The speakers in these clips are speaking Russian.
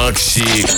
Макси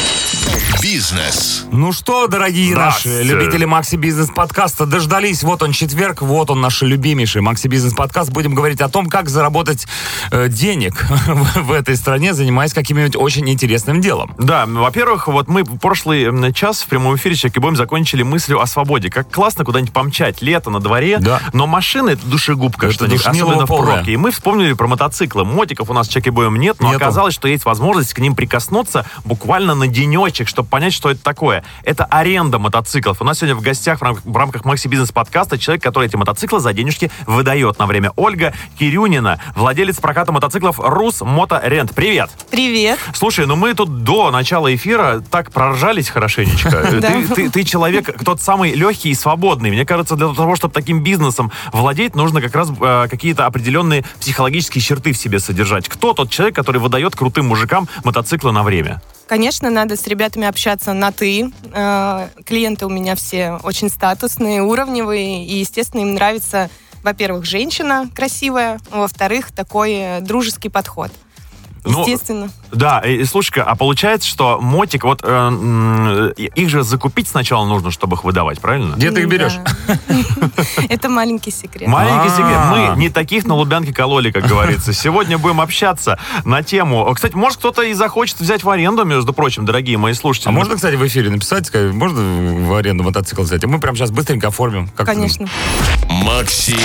Бизнес. Ну что, дорогие наши любители Макси Бизнес подкаста, дождались. Вот он четверг, вот он наш любимейший Макси Бизнес подкаст. Будем говорить о том, как заработать денег в этой стране, занимаясь каким-нибудь очень интересным делом. Да, во-первых, вот мы прошлый час в прямом эфире Чаки-Боем закончили мыслью о свободе. Как классно куда-нибудь помчать, лето на дворе, да. Но машина — это душегубка, это особенно в пробке. И мы вспомнили про мотоциклы. Мотиков у нас с Чаки-Боем нет, но оказалось, что есть возможность к ним прикоснуться буквально на денечек, чтобы понять, что это такое. Это аренда мотоциклов. У нас сегодня в гостях в рамках Макси Бизнес подкаста человек, который эти мотоциклы за денежки выдает на время. Ольга Кирюнина, владелец проката мотоциклов Рус Мото Рент. Привет! Привет! Слушай, ну мы тут до начала эфира так проржались хорошенечко. Ты человек, тот самый легкий и свободный. Мне кажется, для того, чтобы таким бизнесом владеть, нужно как раз какие-то определенные психологические черты в себе содержать. Кто тот человек, который выдает крутым мужикам мотоциклы на время? Конечно, надо с ребятами общаться на «ты». Клиенты у меня все очень статусные, уровневые. И, естественно, им нравится, во-первых, женщина красивая, во-вторых, такой дружеский подход. Естественно. Да, и слушай-ка, а получается, что мотик, вот их же закупить сначала нужно, чтобы их выдавать, правильно? Где ты их берешь? Это маленький секрет. Маленький секрет. Мы не таких на Лубянке кололи, как говорится. Сегодня будем общаться на тему... Кстати, может, кто-то и захочет взять в аренду, между прочим, дорогие мои слушатели. А можно, кстати, в эфире написать, сказать, можно в аренду мотоцикл взять? А мы прямо сейчас быстренько оформим. Конечно. Макси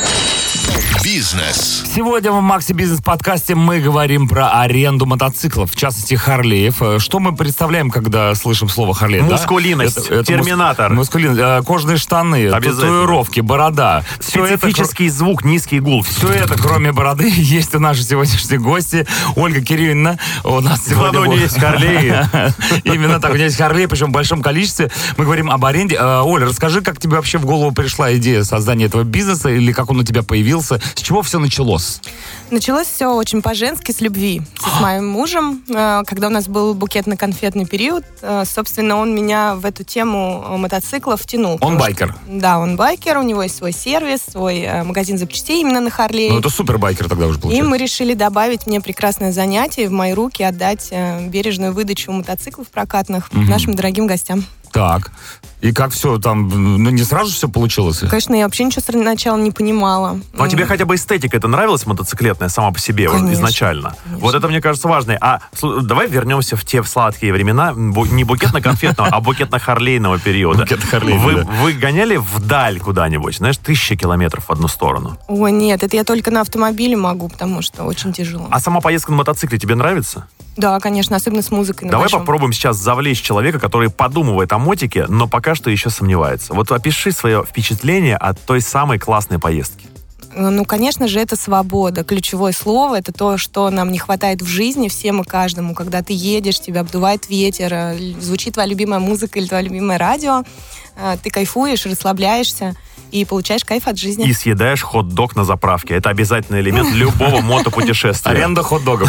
Бизнес. Сегодня в Макси Бизнес подкасте мы говорим про аренду мотоциклов, в частности, Харлеев. Что мы представляем, когда слышим слово Харлей? Мускулинность, это терминатор. Кожные штаны, татуировки, борода. Специфический звук, низкий гул. Все это, кроме бороды, есть у нашей сегодняшней гости Ольга Кирюнина. У нас сегодня... У нее есть Харлей. Именно так, у меня есть Харлей, причем в большом количестве. Мы говорим об аренде. Оля, расскажи, как тебе вообще в голову пришла идея создания этого бизнеса, или как он у тебя появился? С чего все началось? Началось все очень по-женски, с любви. С моим мужем. Когда у нас был букетно-конфетный период, собственно, он меня в эту тему мотоциклов втянул. Он байкер? Да, он байкер, у него есть свой сервис, свой магазин запчастей именно на Харлее. Ну, это супер байкер тогда уже получается. И мы решили добавить мне прекрасное занятие, в мои руки отдать бережную выдачу мотоциклов прокатных нашим дорогим гостям. Так, и как все там, не сразу все получилось? Конечно, я вообще ничего сначала не понимала. А тебе хотя бы эстетика это нравилась мотоциклетная сама по себе, конечно, вот изначально? Конечно. Вот это, мне кажется, важно. А давай вернемся в те сладкие времена, не букетно-конфетного, а букетно-харлейного периода. Вы гоняли вдаль куда-нибудь, знаешь, 1000 километров в одну сторону? Ой, нет, это я только на автомобиле могу, потому что очень тяжело. А сама поездка на мотоцикле тебе нравится? Да, конечно, особенно с музыкой. Давай попробуем сейчас завлечь человека, который подумывает о мотике, но пока что еще сомневается. Вот опиши свое впечатление от той самой классной поездки. Ну, конечно же, это свобода. Ключевое слово — это то, что нам не хватает в жизни всем и каждому. Когда ты едешь, тебя обдувает ветер, звучит твоя любимая музыка или твое любимое радио, ты кайфуешь, расслабляешься и получаешь кайф от жизни. И съедаешь хот-дог на заправке. Это обязательный элемент любого мотопутешествия. Аренда хот-догов.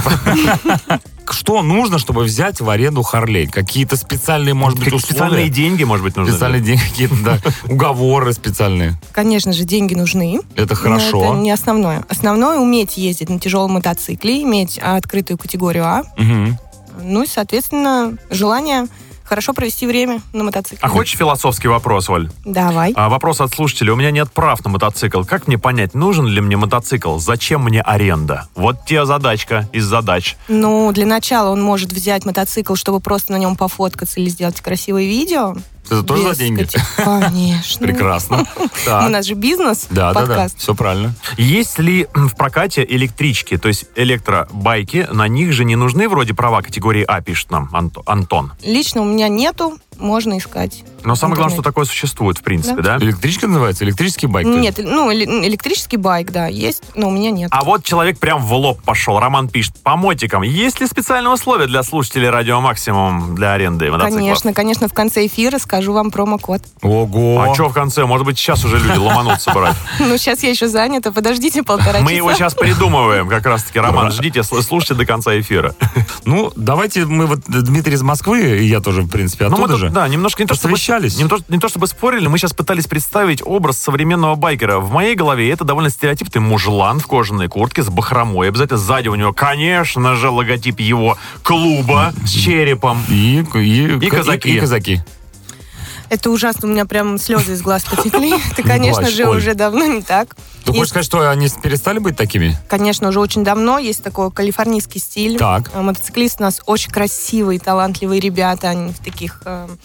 Что нужно, чтобы взять в аренду Харлей? Какие-то специальные, может быть, условия? Специальные деньги, может быть, нужны? Специальные деньги, какие-то, да, уговоры специальные. Конечно же, деньги нужны. Это хорошо. Но это не основное. Основное — уметь ездить на тяжелом мотоцикле, иметь открытую категорию А. Ну и, соответственно, желание хорошо провести время на мотоцикле. А хочешь философский вопрос, Оль? Давай. Вопрос от слушателя. У меня нет прав на мотоцикл. Как мне понять, нужен ли мне мотоцикл? Зачем мне аренда? Вот тебе задачка из задач. Ну, для начала он может взять мотоцикл, чтобы просто на нем пофоткаться или сделать красивое видео. Это тоже за деньги? Конечно. Прекрасно. У нас же бизнес, подкаст. Да, все правильно. Есть ли в прокате электрички, то есть электробайки, на них же не нужны вроде права категории А, пишет нам Антон? Лично у меня нету, можно искать. Но самое главное, что такое существует, в принципе, да? Электричка называется? Электрический байк? Нет, электрический байк, да, есть, но у меня нет. А вот человек прям в лоб пошел. Роман пишет: по мотикам, есть ли специальные условия для слушателей Радио Максимум для аренды мотоциклов? Конечно, в конце эфира скажу вам промокод. Ого! А что в конце? Может быть, сейчас уже люди ломанутся брать? Ну, сейчас я еще занята, подождите 1,5 часа. Мы его сейчас придумываем, как раз-таки, Роман. Ждите, слушайте до конца эфира. Ну, давайте мы вот Дмитрий из Москвы, и я тоже, в принципе, оттуда же. уже. Да, немножко не то, чтобы спорили, мы сейчас пытались представить образ современного байкера. В моей голове это довольно стереотипный мужлан в кожаной куртке с бахромой. Обязательно сзади у него, конечно же, логотип его клуба с черепом. И казаки. И казаки. Это ужасно, у меня прям слезы из глаз потекли. Это, конечно же, уже давно не так. Ты хочешь сказать, что они перестали быть такими? Конечно, уже очень давно. Есть такой калифорнийский стиль. Так. Мотоциклисты у нас очень красивые, талантливые ребята. Они в таких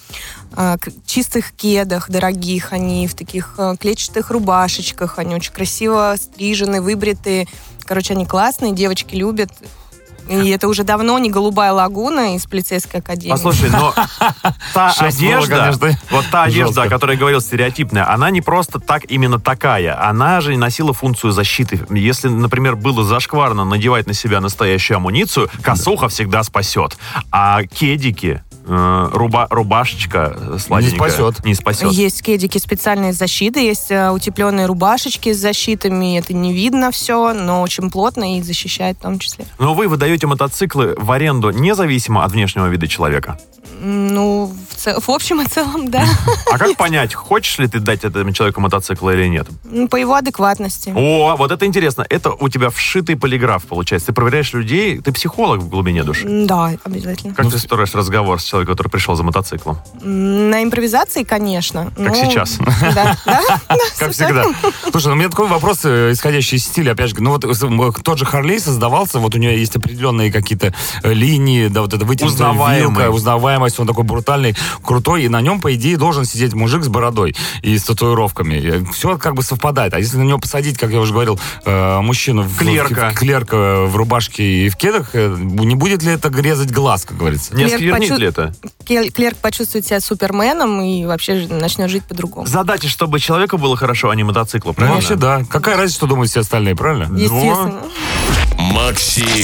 чистых кедах дорогих, они в таких клетчатых рубашечках. Они очень красиво стрижены, выбритые. Короче, они классные, девочки любят. И это уже давно не «Голубая лагуна» из полицейской академии. Послушай, но та одежда, вот та одежда, о которой я говорил, стереотипная, она не просто так именно такая. Она же носила функцию защиты. Если, например, было зашкварно надевать на себя настоящую амуницию, косуха всегда спасет. А кедики... рубашечка сладенькая. Не спасет. Есть кедики специальные с защитой, есть утепленные рубашечки с защитами. Это не видно все, но очень плотно и защищает в том числе. Но вы выдаете мотоциклы в аренду независимо от внешнего вида человека? Ну, в общем и целом, да. А как понять, хочешь ли ты дать этому человеку мотоцикл или нет? По его адекватности. О, вот это интересно. Это у тебя вшитый полиграф, получается. Ты проверяешь людей, ты психолог в глубине души. Да, обязательно. Как ты строишь разговор с человеком, который пришел за мотоциклом? На импровизации, конечно. Как сейчас. Да. Как всегда. Слушай, у меня такой вопрос, исходящий из стиля, опять же, ну вот тот же Харлей создавался, вот у него есть определенные какие-то линии, да, вот это вытянутая вилка, узнаваемость, он такой брутальный, крутой, и на нем, по идее, должен сидеть мужик с бородой и с татуировками. Все как бы совпадает. А если на него посадить, как я уже говорил, мужчину, клерка в рубашке и в кедах, не будет ли это резать глаз, как говорится? Не осквернит ли это? Клерк почувствует себя суперменом и вообще начнет жить по-другому. Задача, чтобы человеку было хорошо, а не мотоциклу, правильно? Ну, вообще, да. Какая разница, что думают все остальные, правильно? Естественно. Макси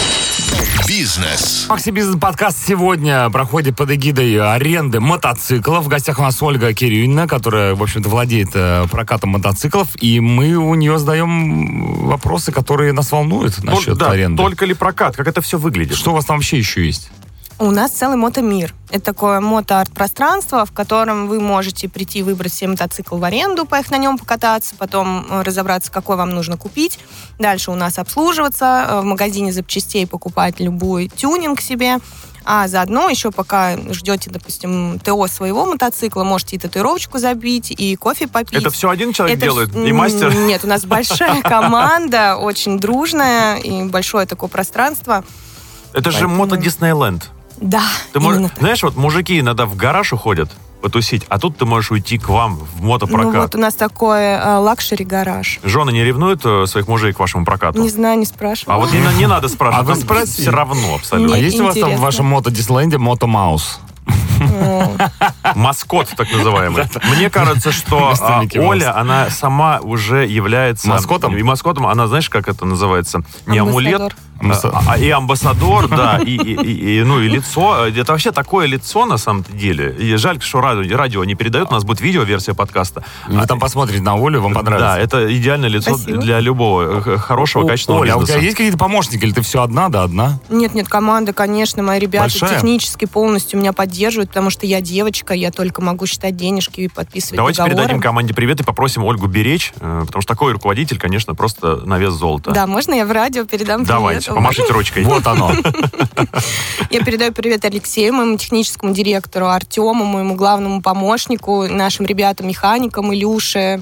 Бизнес. Макси Бизнес подкаст сегодня проходит под эгидой аренды мотоциклов. В гостях у нас Ольга Кирюнина, которая, в общем-то, владеет прокатом мотоциклов. И мы у нее задаем вопросы, которые нас волнуют насчет аренды. Только ли прокат? Как это все выглядит? Что у вас там вообще еще есть? У нас целый мотомир. Это такое мотоарт-пространство, в котором вы можете прийти выбрать себе мотоцикл в аренду, поехать на нем покататься, потом разобраться, какой вам нужно купить. Дальше у нас обслуживаться, в магазине запчастей покупать любой тюнинг себе. А заодно еще пока ждете, допустим, ТО своего мотоцикла, можете и татуировочку забить, и кофе попить. Это все один человек делает? И мастер? Нет, у нас большая команда, очень дружная, и большое такое пространство. Это же мото-Диснейленд. Да, знаешь, вот мужики иногда в гараж уходят потусить, а тут ты можешь уйти к вам в мотопрокат. Ну вот у нас такой лакшери-гараж. Жены не ревнуют своих мужей к вашему прокату? Не знаю, не спрашиваю. А вот не надо спрашивать. А вы спросите. Все равно абсолютно. А есть у вас там в вашем мото-Диснейленде мото-маус? Маскот, так называемый. Мне кажется, что Оля, она сама уже является... Маскотом? И маскотом, она, знаешь, как это называется? Не амулет, и амбассадор, да, и лицо. Это вообще такое лицо, на самом деле. И жаль, что радио не передает, у нас будет видео-версия подкаста. Вы там посмотрите на Олю, вам понравится. Да, это идеальное лицо для любого хорошего, качественного бизнеса. Оля, а у тебя есть какие-то помощники, или ты все одна, да, одна? Нет, команда, конечно, мои ребята большая? Технически полностью меня поддерживают, потому что я девочка, я только могу считать денежки и подписывать Давайте договоры. передадим команде привет и попросим Ольгу беречь, потому что такой руководитель, конечно, просто на вес золота. Да, можно я в радио передам привет? Давайте, помашите ручкой. Вот оно. Я передаю привет Алексею, моему техническому директору, Артему, моему главному помощнику, нашим ребятам-механикам, Илюше,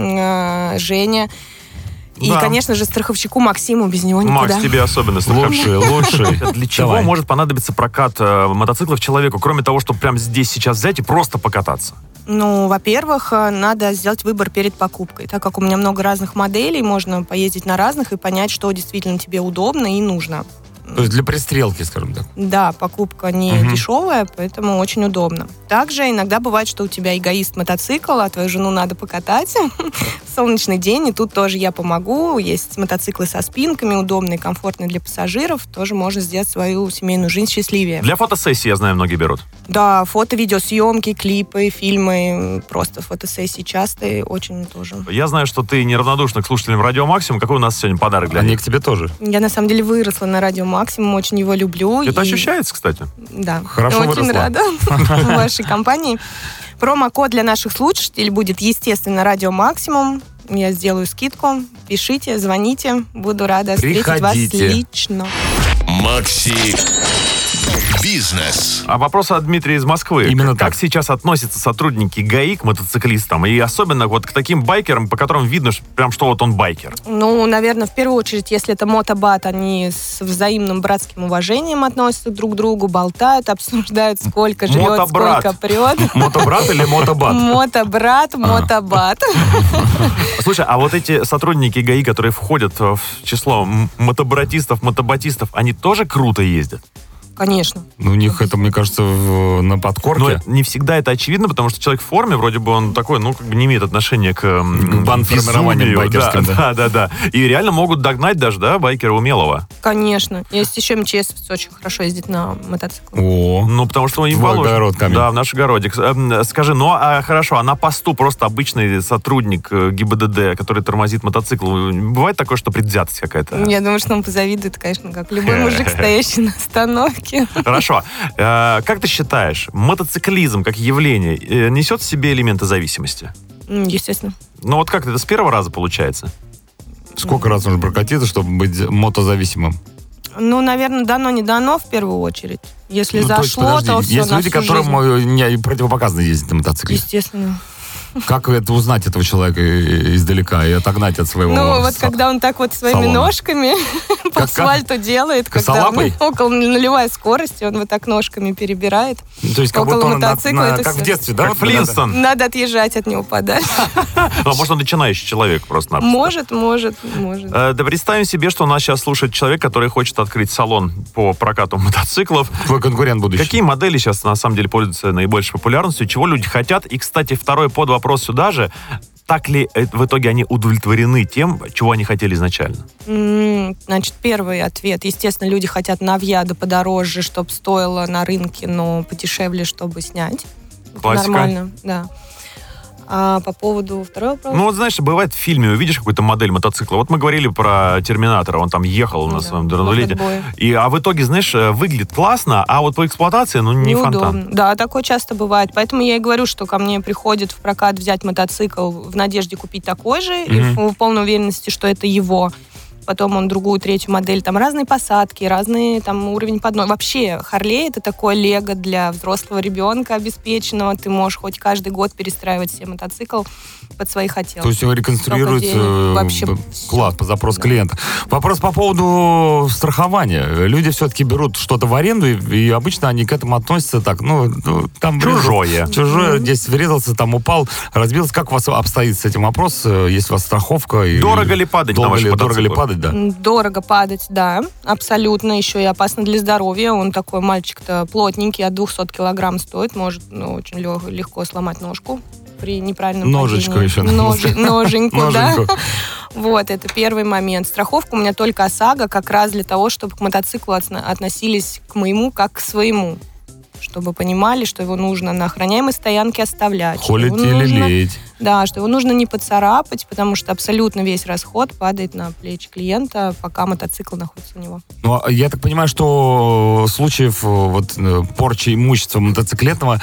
Жене. И, конечно же, страховщику Максиму, без него никуда. Макс, тебе особенно страховщик. Лучший. Для чего может понадобиться прокат мотоциклов человеку, кроме того, чтобы прямо здесь сейчас взять и просто покататься? Ну, во-первых, надо сделать выбор перед покупкой. Так как у меня много разных моделей, можно поездить на разных и понять, что действительно тебе удобно и нужно. То есть для пристрелки, скажем так. Да, покупка не дешевая, поэтому очень удобно. Также иногда бывает, что у тебя эгоист мотоцикл, а твою жену надо покатать в солнечный день, и тут тоже я помогу. Есть мотоциклы со спинками, удобные, комфортные для пассажиров. Тоже можно сделать свою семейную жизнь счастливее. Для фотосессии, я знаю, многие берут. Да, фото, видеосъемки, клипы, фильмы, просто фотосессии частые, очень тоже. Я знаю, что ты неравнодушна к слушателям Радио Максимум. Какой у нас сегодня подарок для них? Они к тебе тоже. Я, на самом деле, выросла на Радио Максимум, очень его люблю. Это ощущается, кстати. Да. Хорошо очень выросла. рада вашей компании. Промокод для наших слушателей будет, естественно, Радио Максимум. Я сделаю скидку. Пишите, звоните. Буду рада встретить вас лично. Макси Бизнес. А вопрос от Дмитрия из Москвы. Именно как так. сейчас относятся сотрудники ГАИ к мотоциклистам? И особенно вот к таким байкерам, по которым видно, что вот он байкер. Ну, наверное, в первую очередь, если это мотобат, они с взаимным братским уважением относятся друг к другу, болтают, обсуждают, сколько жрет, Мотобрат. сколько прет. Мотобрат или мотобат? Мотобрат, мотобат. Слушай, а вот эти сотрудники ГАИ, которые входят в число мотобратистов, мотобатистов, они тоже круто ездят? Конечно. Ну, у них это, мне кажется, на подкорке. Но не всегда это очевидно, потому что человек в форме, вроде бы он такой, ну, как бы не имеет отношения к бандформированию безумию. байкерским, Да. И реально могут догнать даже, да, байкера умелого. Конечно. Есть еще МЧС очень хорошо ездит на мотоцикле. О, Ну, потому что им Твой положено. огород, Камиль. Да, в наш огородик. Скажи, хорошо, а на посту просто обычный сотрудник ГИБДД, который тормозит мотоцикл, бывает такое, что предвзятость какая-то? Я думаю, что он позавидует, конечно, как любой мужик, стоящий на остановке. Хорошо. Как ты считаешь, мотоциклизм как явление несет в себе элементы зависимости? Естественно. Ну вот как это с первого раза получается? сколько раз нужно прокатиться, чтобы быть мотозависимым? Ну, наверное, дано, не дано в первую очерить. Если Ну, то есть, зашло, подожди, то все, есть на люди, всю которым жизнь. противопоказано ездить на мотоцикле. Естественно. Как это узнать этого человека издалека и отогнать от своего... Ну, вот когда он так вот своими салона. ножками по асфальту делает, когда Косолапый? около нулевой скорости, он вот так ножками перебирает. То есть как около будто он мотоцикла это как всё. в детстве, да? Как вот когда- Флинстон. Надо отъезжать от него подальше. Ну, может, он начинающий человек просто. Может. Да представим себе, что нас сейчас слушает человек, который хочет открыть салон по прокату мотоциклов. Твой конкурент будущий. Какие модели сейчас на самом деле пользуются наибольшей популярностью? Чего люди хотят? И, кстати, второй подвопрос сюда же. Так ли в итоге они удовлетворены тем, чего они хотели изначально? Значит, первый ответ. Естественно, люди хотят навья да подороже, чтобы стоило на рынке, но подешевле, чтобы снять. Это Классика. нормально, да. А по поводу второго вопроса? Ну, вот знаешь, бывает в фильме, увидишь какую-то модель мотоцикла. Вот мы говорили про Терминатора, он там ехал на своем драндулете. А в итоге, знаешь, выглядит классно, а вот по эксплуатации, не Неудобно. фонтан. Да, такое часто бывает. Поэтому я и говорю, что ко мне приходит в прокат взять мотоцикл в надежде купить такой же, и в полной уверенности, что это его. Потом он другую, третью модель. Там разные посадки, разный там уровень подноса. Вообще, Харлей — это такое лего для взрослого ребенка обеспеченного. Ты можешь хоть каждый год перестраивать себе мотоцикл под свои хотелки. То есть его реконструируют Вообще класс по запросу клиента. Вопрос по поводу страхования. Люди все-таки берут что-то в аренду, и обычно они к этому относятся так, там... Чужое. Чужое, здесь врезался, там упал, разбился. Как у вас обстоит с этим вопрос? Есть у вас страховка? Дорого ли падать на ваших Дорого ли мотоциклах? падать, да? Дорого падать, да, абсолютно. Еще и опасно для здоровья. Он такой мальчик-то плотненький, от 200 килограмм стоит. Может очень легко сломать ножку при неправильном Ножичку падении. еще. Ноженьку, да. Вот, это первый момент. Страховка у меня только ОСАГО, как раз для того, чтобы к мотоциклу относились к моему как к своему. Чтобы понимали, что его нужно на охраняемой стоянке оставлять. Холить или леять. Да, что его нужно не поцарапать, потому что абсолютно весь расход падает на плечи клиента, пока мотоцикл находится у него. Ну, я так понимаю, что случаев порчи имущества мотоциклетного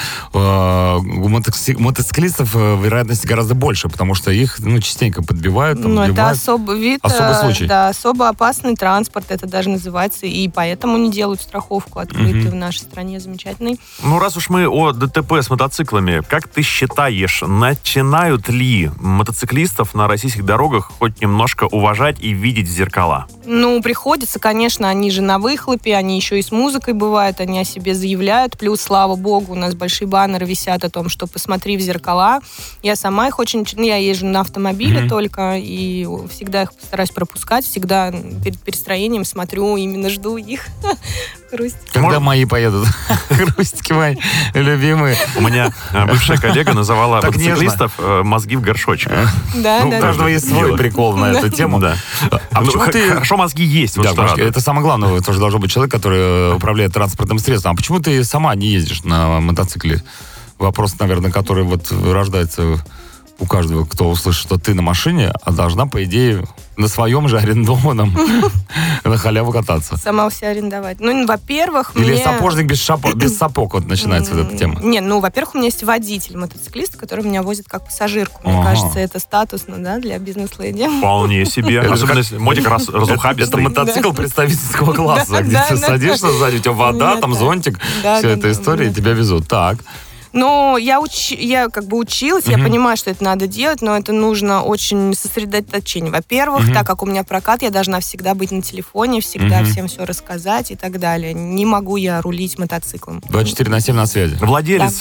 у мотоциклистов вероятность гораздо больше, потому что их частенько подбивают. Ну, это особый вид, особый случай. Да, особо опасный транспорт, это даже называется, и поэтому не делают страховку открытую в нашей стране замечательной. Ну, раз уж мы о ДТП с мотоциклами, как ты считаешь, начинают ли мотоциклистов на российских дорогах хоть немножко уважать и видеть в зеркала? Ну, приходится, конечно, они же на выхлопе, они еще и с музыкой бывают, они о себе заявляют, плюс, слава богу, у нас большие баннеры висят о том, что посмотри в зеркала. Я сама их я езжу на автомобиле только, и всегда их стараюсь пропускать, всегда перед перестроением смотрю, именно жду их, Хрустики. Когда мои поедут? Хрустики мои любимые. У меня бывшая коллега называла Так мотоциклистов мозги в горшочек. Да, Ну, у да, каждого да. есть свой прикол на эту тему. Да. А почему ты... Хорошо, мозги есть. Вот Да, что Машка, радует. это самое главное, тоже должен быть человек, который управляет транспортным средством. А почему ты сама не ездишь на мотоцикле? Вопрос, наверное, который вот рождается у каждого, кто услышит, что ты на машине, а должна, по идее, на своем же арендованном на халяву кататься. Сама у себя арендовать. Ну, во-первых, Или мне... сапожник без сапог, вот начинается вот эта тема. Не, ну, во-первых, у меня есть водитель-мотоциклист, который меня возит как пассажирку. Мне Ага. кажется, это статусно, да, для бизнес-леди. Вполне себе. Это Особенно если мотик Это разухабистый. мотоцикл представительского класса, Да, где да, ты да. садишься сзади, у тебя вода, Нет, там да. зонтик, Да, вся да, эта да, история, да. и тебя везут. Так. Ну, я как бы училась, я понимаю, что это надо делать, но это нужно очень сосредоточение. Во-первых, так как у меня прокат, я должна всегда быть на телефоне, всегда всем все рассказать и так далее. Не могу я рулить мотоциклом. 24/7 на связи. Владелец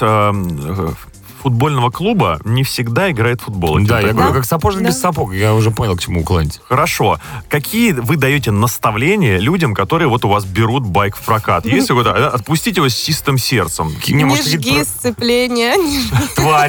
футбольного клуба не всегда играет в футбол. Да, я говорю, Да. как сапожник Да. без сапог. Я уже понял, к чему уклоните. Хорошо. Какие вы даете наставления людям, которые вот у вас берут байк в прокат? Если вот отпустите его с чистым сердцем. Не, Не может, жги какие-то сцепление. тварь.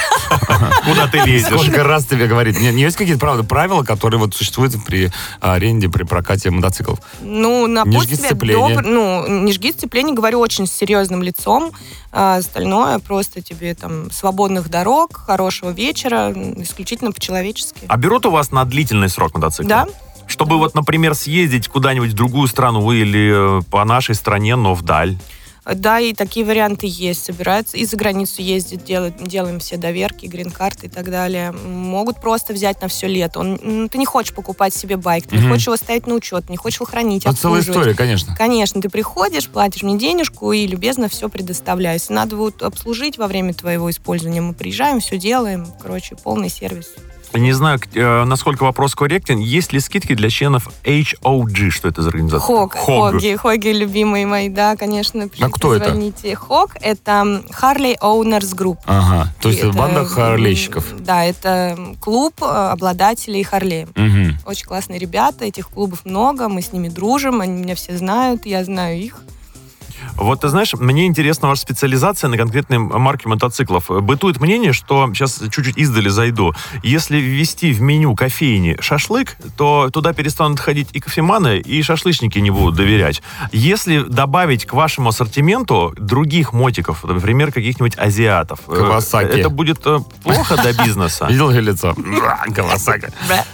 Куда ты лезешь? Сколько раз тебе говорит. Не есть какие-то, правда, правила, которые вот существуют при аренде, при прокате мотоциклов? Ну, Не жги напутствие сцепление. не жги сцепление, говорю очень с серьезным лицом. А остальное просто тебе там свободных дорог, хорошего вечера, исключительно по-человечески. А берут у вас на длительный срок мотоцикл? Да. Чтобы вот, например, съездить куда-нибудь в другую страну или по нашей стране, но вдаль. Да, и такие варианты есть. Собираются и за границу ездить, делаем все доверки, грин-карты и так далее. Могут просто взять на все лето. Ты не хочешь покупать себе байк, ты не хочешь его ставить на учет, не хочешь его хранить, Это целая обслуживать. история, конечно. Конечно, ты приходишь, платишь мне денежку и любезно все предоставляю. Если надо будет обслужить во время твоего использования, мы приезжаем, все делаем. Короче, полный сервис. Не знаю, насколько вопрос корректен. Есть ли скидки для членов HOG? Что это за организация? Хоги, любимые мои, да, конечно. А кто это? Звоните. Хог — это Harley Owners Group. Ага, то есть И это банда харлейщиков. Да, это клуб обладателей Харлея. Мгм. Очень классные ребята, этих клубов много, мы с ними дружим, они меня все знают, я знаю их. Вот ты знаешь, мне интересна ваша специализация на конкретной марке мотоциклов. Бытует мнение, что, сейчас чуть-чуть издали зайду, если ввести в меню кофейни шашлык, то туда перестанут ходить и кофеманы, и шашлычники не будут доверять. Если добавить к вашему ассортименту других мотиков, например, каких-нибудь азиатов, Кавасаки. это будет плохо для бизнеса? Видел ее лицо? Кавасаки.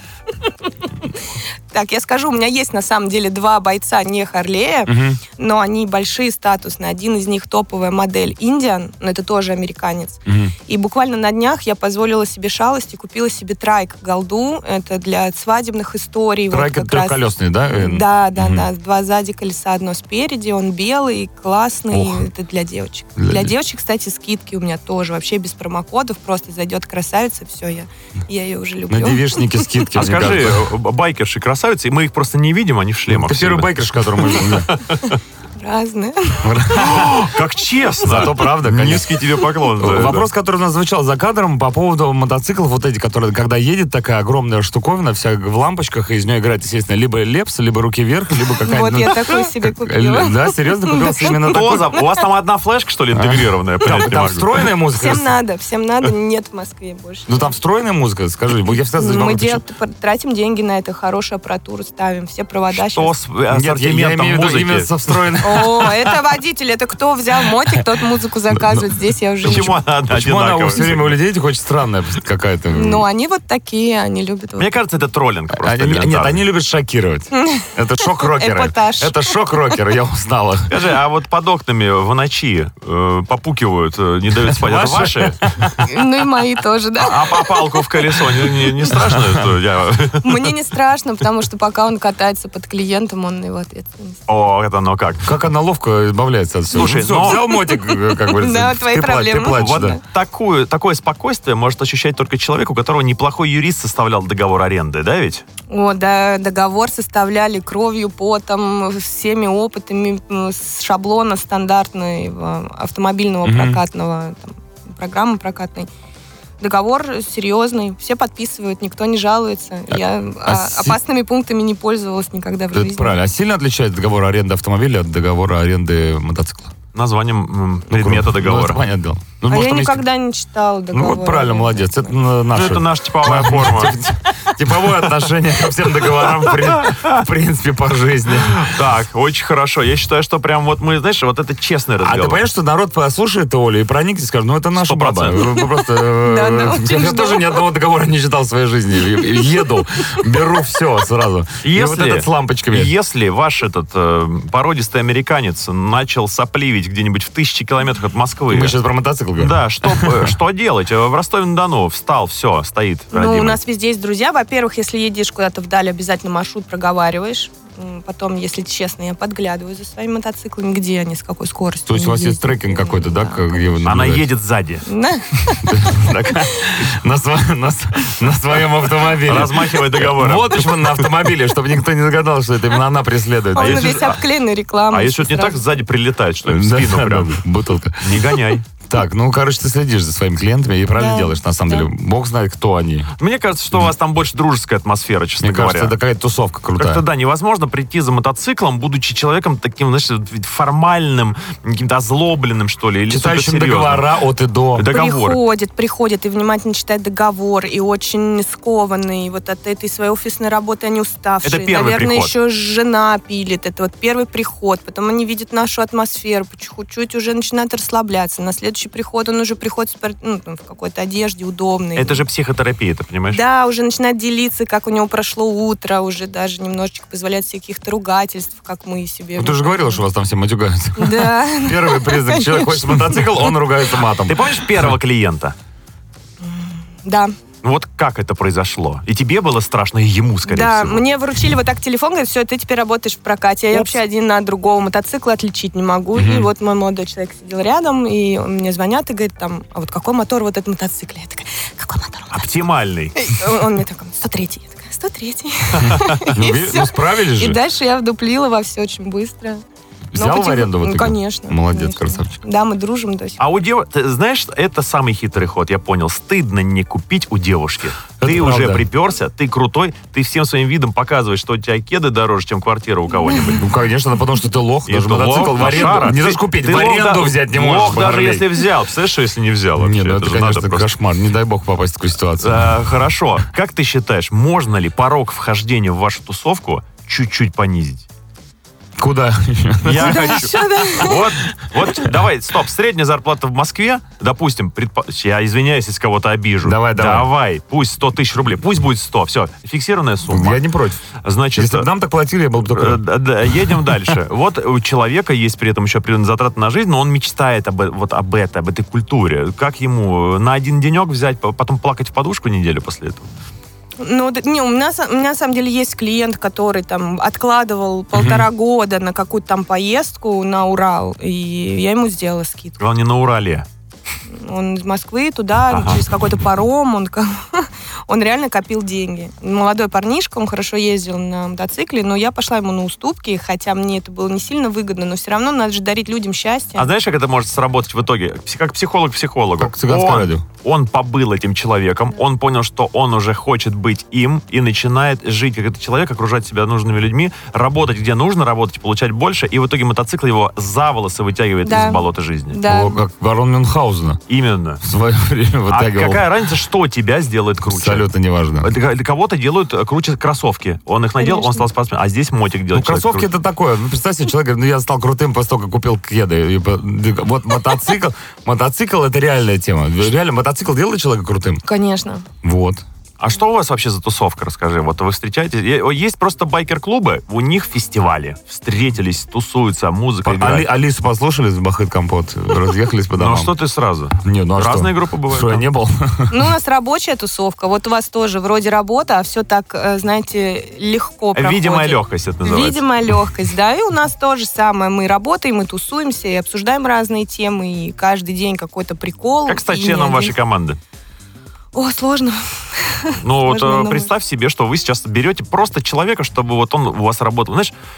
Так, я скажу, у меня есть на самом деле два бойца не Харлея, но они большие, статусные. Один из них топовая модель Indian, но это тоже американец. И буквально на днях я позволила себе шалость и купила себе трайк голду. Это для свадебных историй. Трайк вот это как раз. трехколесный, да? Да. Два сзади колеса, одно спереди. Он белый, классный. Ох. Это для девочек. Для Для девочек, кстати, скидки у меня тоже. Вообще без промокодов. Просто зайдет красавица, все, я ее уже На люблю. девичнике скидки. А мне скажи, кажется. байкерши красавицы, и мы их просто не видим, они в шлемах. Ты первый всегда. байкерш, который мы видим. Разные. Как честно! Зато правда, конечно. Низкий тебе поклон за это. Вопрос, который у нас звучал за кадром по поводу мотоциклов, вот эти, которые, когда едет такая огромная штуковина, вся в лампочках, и из нее играет, естественно, либо лепс, либо руки вверх, либо какая-нибудь... Вот я такой себе купила. Да, серьезно, купился именно такой? У вас там одна флешка, что ли, интегрированная? Понять не Там могу. встроенная музыка? Всем надо, нет в Москве больше. Ну там встроенная музыка, скажи. Я всегда задаю Мы вопрос, тратим деньги на это, хорошую аппаратуру ставим, все провода Что щас. с Нет, я ассортиментом имею в виду именно музыки? со встроенной... О, это водитель, это кто взял мотик, тот музыку заказывает. Здесь я уже не... Почему она Почему она одинаковая? все время у людей хоть странная какая-то? Ну, они вот такие, они любят... вот. Мне кажется, это троллинг просто Нет, элементарный. они любят шокировать. Это шок-рокеры. Эпатаж. Это шок-рокеры, я узнала. Скажи, а вот под окнами в ночи попукивают, не дают спать, это ваши? Ну и мои тоже, да. А по палку в колесо не страшно? Что я... Мне не страшно, потому что пока он катается под клиентом, он его ответственность. О, это оно как. Как она ловко избавляется от всего. Слушай, Всё, но- взял мотик, как говорится. Да, твои ты проблемы. плачешь, Вот да. такое спокойствие может ощущать только человек, у которого неплохой юрист составлял договор аренды, да ведь? О, да, договор составляли кровью, потом, всеми опытами с шаблона стандартной автомобильного прокатного, там, программы прокатной. Договор серьезный, все подписывают, никто не жалуется. Я опасными пунктами не пользовалась никогда в жизни. Это правильно. А сильно отличается договор аренды автомобиля от договора аренды мотоцикла? Названием предмета договора. Это понятное дело. Я никогда не читала договор. Вот правильно, молодец. Это наша. Это наша типовая форма. Типовое отношение ко всем договорам, в принципе, по жизни. Так, очень хорошо. Я считаю, что прям вот мы, знаешь, вот это честный разговор. А ты понимаешь, что народ послушает Олю и проникнется и скажет, это наша баба. Я тоже ни одного договора не читал в своей жизни. Еду, беру все сразу. И вот этот с лампочками. Если ваш этот породистый американец начал сопливить где-нибудь в 1000 километрах от Москвы... Мы сейчас про мотоцикл говорим. Да, что делать? В Ростове-на-Дону встал, все, стоит. У нас везде есть друзья. Во-первых, если едешь куда-то вдаль, обязательно маршрут проговариваешь. Потом, если честно, я подглядываю за своими мотоциклами, где они, с какой скоростью. То есть у вас есть трекинг какой-то, да? Где вы Она едет сзади. На своем автомобиле. Размахивает договором. Вот почему на автомобиле, чтобы никто не догадался, что это именно она преследует. Он весь обклеенный рекламой. А если не так, сзади прилетает, что ли, в спину прям. Бутылка. Не гоняй. Так, ты следишь за своими клиентами и правильно делаешь, на самом деле. Бог знает, кто они. Мне кажется, что у вас там больше дружеская атмосфера, честно говоря. Мне кажется, это какая-то тусовка крутая. Как-то, невозможно прийти за мотоциклом, будучи человеком таким, знаешь, формальным, каким-то озлобленным, что ли, или читающим договора от и до. Приходит и внимательно читает договор, и очень скованный вот от этой своей офисной работы, они уставшие. Это первый Наверное, приход. еще жена пилит. Это вот первый приход. Потом они видят нашу атмосферу, чуть-чуть уже начинают расслабляться. На следующий приход он уже приходит в какой-то одежде удобной. Это же психотерапия, ты понимаешь? Да, уже начинает делиться, как у него прошло утро, уже даже немножечко позволяет себе каких-то ругательств, как мы себе... Ты же говорила, что у вас там все матюгаются. Да. Первый признак, человек хочет мотоцикл, он ругается матом. Ты помнишь первого клиента? Да. Вот как это произошло? И тебе было страшно, и ему, скорее всего. Да, мне вручили вот так телефон, говорят, все, ты теперь работаешь в прокате. Я вообще один от другого мотоцикла отличить не могу. И вот мой молодой человек сидел рядом, и мне звонят и говорят, а вот какой мотор вот этот мотоцикл? Я такая, какой мотор? Оптимальный. Он мне такой, 103-й. Я такая, 103-й. Ну, справились же. И дальше я вдуплила во все очень быстро. Взял в аренду в итоге? Конечно. Молодец, красавчик. Да, мы дружим до сих пор. А у девушки, ты знаешь, это самый хитрый ход, я понял. Стыдно не купить у девушки. Это ты правда. уже приперся, ты крутой, ты всем своим видом показываешь, что у тебя кеды дороже, чем квартира у кого-нибудь. Ну, конечно, потому что ты лох. И Даже ты мотоцикл лох, в аренду лошара. не даже купить, Ты в аренду лох, взять не лох можешь. даже Харлей. если взял. Представляешь, что если не взял вообще? Не, это, же конечно, надо просто- кошмар. Не дай бог попасть в такую ситуацию. Хорошо. Как ты считаешь, можно ли порог вхождения в вашу тусовку чуть-чуть понизить? Куда? Я хочу. Вот, давай, стоп. Средняя зарплата в Москве, допустим, я извиняюсь, если кого-то обижу. Давай. Пусть 100 тысяч рублей. Пусть будет 100. Все, фиксированная сумма. Я не против. Значит, Если бы нам так платили, я был бы только... едем дальше. Вот у человека есть при этом еще определенные затраты на жизнь, но он мечтает об этой культуре. Как ему на один денек взять, потом плакать в подушку неделю после этого? Ну, у меня на самом деле есть клиент, который там откладывал 1,5 года на какую-то там поездку на Урал, и я ему сделала скидку. Он не на Урале. Он из Москвы туда, через какой-то паром, он реально копил деньги. Молодой парнишка, он хорошо ездил на мотоцикле, но я пошла ему на уступки, хотя мне это было не сильно выгодно, но все равно надо же дарить людям счастье. А знаешь, как это может сработать в итоге? Как психолог психологу. Как цыганское радио. Он побыл этим человеком, он понял, что он уже хочет быть им, и начинает жить как этот человек, окружать себя нужными людьми, работать где нужно, работать, получать больше, и в итоге мотоцикл его за волосы вытягивает из болота жизни. Да. Как барон Мюнхгаузена. Именно. В свое время вытягивал. А какая разница, что тебя сделает круче? Абсолютно неважно. Для кого-то делают круче кроссовки. Он их надел, он стал спортсменом. А здесь мотик делает. Кроссовки это такое. Представь себе, человек говорит, я стал крутым после того, как купил кеды. Вот мотоцикл это реальная тема. Реально, мотоцикл делает человека крутым? Конечно. Вот. А что у вас вообще за тусовка, расскажи? Вот вы встречаетесь? Есть просто байкер-клубы, у них фестивали. Встретились, тусуются, музыка играет. Алису послушали, Бахыт Компот, разъехались по домам. Ну что ты сразу? Не, ну а разные что? группы бывают. Что, я не был? Ну, у нас рабочая тусовка. Вот у вас тоже вроде работа, а все так, знаете, легко проходит. Видимая легкость это называется. Видимая легкость, да. И у нас то же самое. Мы работаем, мы тусуемся и обсуждаем разные темы. И каждый день какой-то прикол. Как стать членом вашей команды? О, сложно. Ну, Сложно, вот представь себе, что вы сейчас берете просто человека, чтобы вот он у вас работал. Знаешь,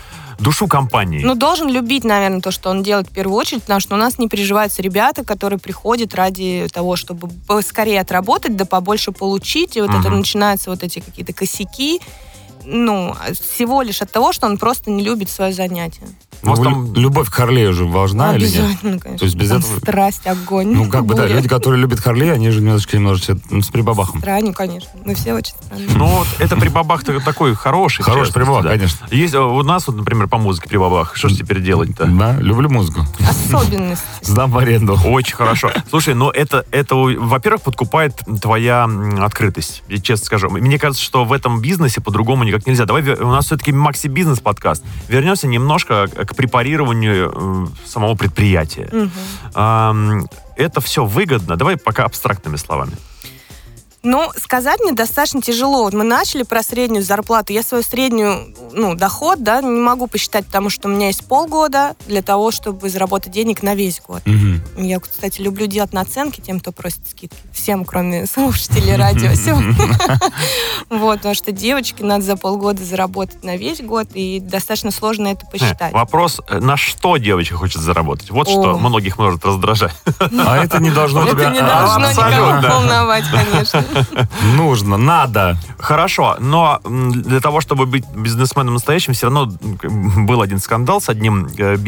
душу компании. Ну, должен любить, наверное, то, что он делает в первую очередь, потому что у нас не приживаются ребята, которые приходят ради того, чтобы поскорее отработать, да побольше получить, и вот это начинаются вот эти какие-то косяки, ну, всего лишь от того, что он просто не любит свое занятие. Любовь к Харлею же важна или нет? Обязательно, конечно. То есть без этого... Страсть, огонь. Ну, как бы, да, люди, которые любят Харлей, они же немножечко с прибабахом. Странно, конечно. Мы все очень странные. Ну, вот это прибабах такой хороший. Хороший прибабах, да. Конечно. Есть у нас, вот, например, по музыке прибабах. Что же теперь делать-то? Да, люблю музыку. Особенности. Сдам в аренду. Очень хорошо. Слушай, но это, во-первых, подкупает твоя открытость. Я честно скажу. Мне кажется, что в этом бизнесе по-другому никак нельзя. Давай, у нас все-таки Макси Бизнес подкаст. Вернемся немножко к препарированию самого предприятия. Это все выгодно. Давай пока абстрактными словами. Ну, сказать мне достаточно тяжело. Вот мы начали про среднюю зарплату. Я свою среднюю, доход, да, не могу посчитать, потому что у меня есть полгода для того, чтобы заработать денег на весь год. Я, кстати, люблю делать наценки тем, кто просит скидки. Всем, кроме слушателей радио. Вот, потому что девочке надо за полгода заработать на весь год, и достаточно сложно это посчитать. Вопрос, на что девочка хочет заработать? Вот что многих может раздражать. А это не должно тебя... Это не должно никого волновать, конечно. Нужно, надо. Хорошо, но для того, чтобы быть бизнесменом настоящим, все равно был один скандал с одним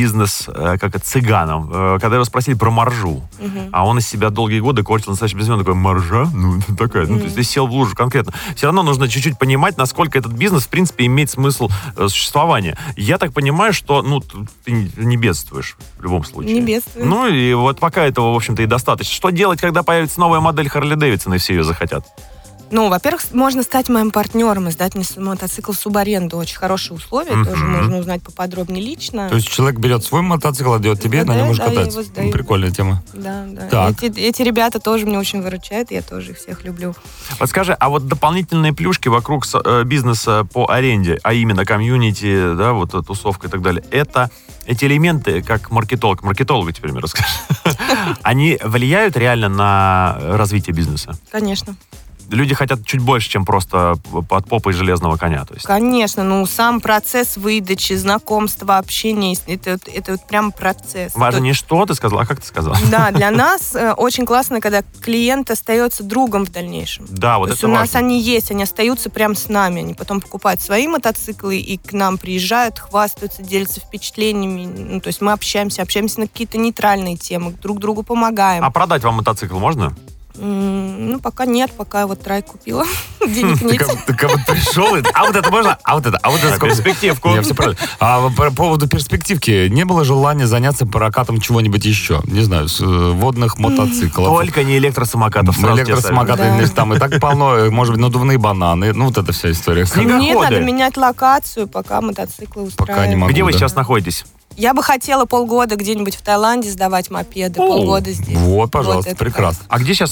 цыганом, когда его спросили про маржу. А он из себя долгие годы корчил настоящий бизнесмен. Такой, маржа? Ну, такая. Ну, то есть ты сел в лужу конкретно. Все равно нужно чуть-чуть понимать, насколько этот бизнес, в принципе, имеет смысл существования. Я так понимаю, что, ты не бедствуешь в любом случае. Не бедствую. Ну, и вот пока этого, в общем-то, и достаточно. Что делать, когда появится новая модель Харли Дэвидсона, и все ее захотят? Ну, во-первых, можно стать моим партнером, издать мне мотоцикл в субаренду. Очень хорошие условия, тоже можно узнать поподробнее лично. То есть человек берет свой мотоцикл, отдает тебе, на нем уже кататься. Прикольная тема. Да. Так. Эти ребята тоже меня очень выручают, я тоже их всех люблю. Подскажи, а вот дополнительные плюшки вокруг бизнеса по аренде, а именно комьюнити, да, вот тусовка и так далее, эти элементы, как маркетологу теперь мне расскажи, они влияют реально на развитие бизнеса? Конечно. Люди хотят чуть больше, чем просто под попой железного коня. То есть. Конечно, сам процесс выдачи, знакомства, общения, это вот прям процесс. Важно не что ты сказала, а как ты сказала. Да, для нас очень классно, когда клиент остается другом в дальнейшем. Да, вот то это есть у нас важно. они остаются прям с нами, они потом покупают свои мотоциклы и к нам приезжают, хвастаются, делятся впечатлениями. То есть мы общаемся на какие-то нейтральные темы, друг другу помогаем. А продать вам мотоцикл можно? Пока нет, пока вот трай купила. Денег нет. Ты как будто пришел, а вот это можно, а вот это сколько? Перспективку. Не, все правильно. А по поводу перспективки, не было желания заняться прокатом чего-нибудь еще? Не знаю, с водных мотоциклов. Только не электросамокатов. Электросамокаты, там и так полно, может быть, надувные бананы. Вот эта вся история. Нет, надо менять локацию, пока мотоциклы устраивают. Пока не могу. Где вы сейчас находитесь? Я бы хотела полгода где-нибудь в Таиланде сдавать мопеды, полгода здесь. Вот, пожалуйста, прекрасно. А где сейчас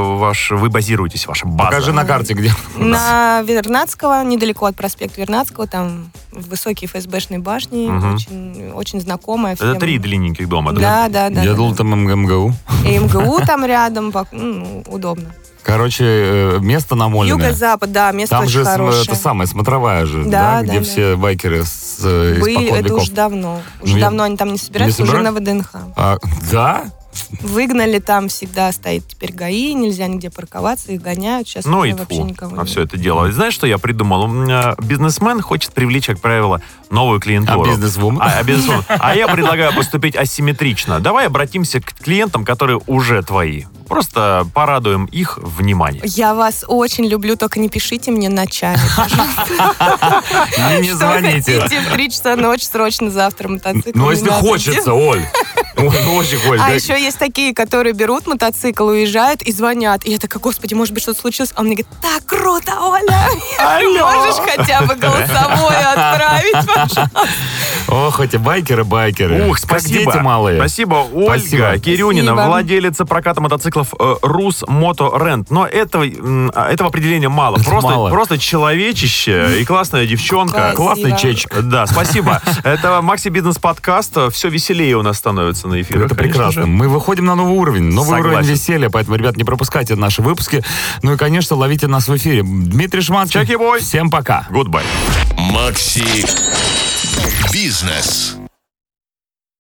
вы базируетесь, ваша база? Покажи на карте, где. На Вернадского, недалеко от проспекта Вернадского, там высокие ФСБшные башни, очень знакомая. Это 3 длинненьких дома, да? Да. Я думал, там МГУ. И МГУ там рядом, удобно. Короче, место намоленное. Юго-запад, да, место там очень хорошее. Там же это самое, смотровая же, где все байкеры Были, это уже давно. Уже давно они там не собираются, уже на ВДНХ. Да? Выгнали, там всегда стоит теперь ГАИ, нельзя нигде парковаться, их гоняют. Сейчас вообще никого нет. Все это дело. Знаешь, что я придумал? Бизнесмен хочет привлечь, как правило, новую клиентуру. А бизнесвумен? А я предлагаю поступить асимметрично. Давай обратимся к клиентам, которые уже твои. Просто порадуем их вниманием. Я вас очень люблю, только не пишите мне ночами, пожалуйста. Не звоните. Что хотите в 3 часа ночи срочно завтра мотоцикл? Ну, если хочется, Оль. Очень хочется. А еще есть такие, которые берут мотоцикл, уезжают и звонят. И я такая, господи, может быть, что-то случилось? А он мне говорит, так круто, Оля! Можешь хотя бы голосовое отправить, пожалуйста? Ох, эти байкеры. Ух, спасибо. Как дети малые. Спасибо, Ольга Кирюнина, Спасибо. владелица проката мотоциклов Рус Мото Рент. Но этого определения мало. Просто человечище и классная девчонка. Спасибо. Классный чечек. Да, спасибо. Это Макси Бизнес подкаст. Все веселее у нас становится на эфире. Это прекрасно. Мы выходим на новый уровень. Новый Согласен. уровень веселья. Поэтому, ребят, не пропускайте наши выпуски. Ну и, конечно, ловите нас в эфире. Дмитрий Шманский. Чаки-бой. Всем пока. Goodbye. Макси Бизнес.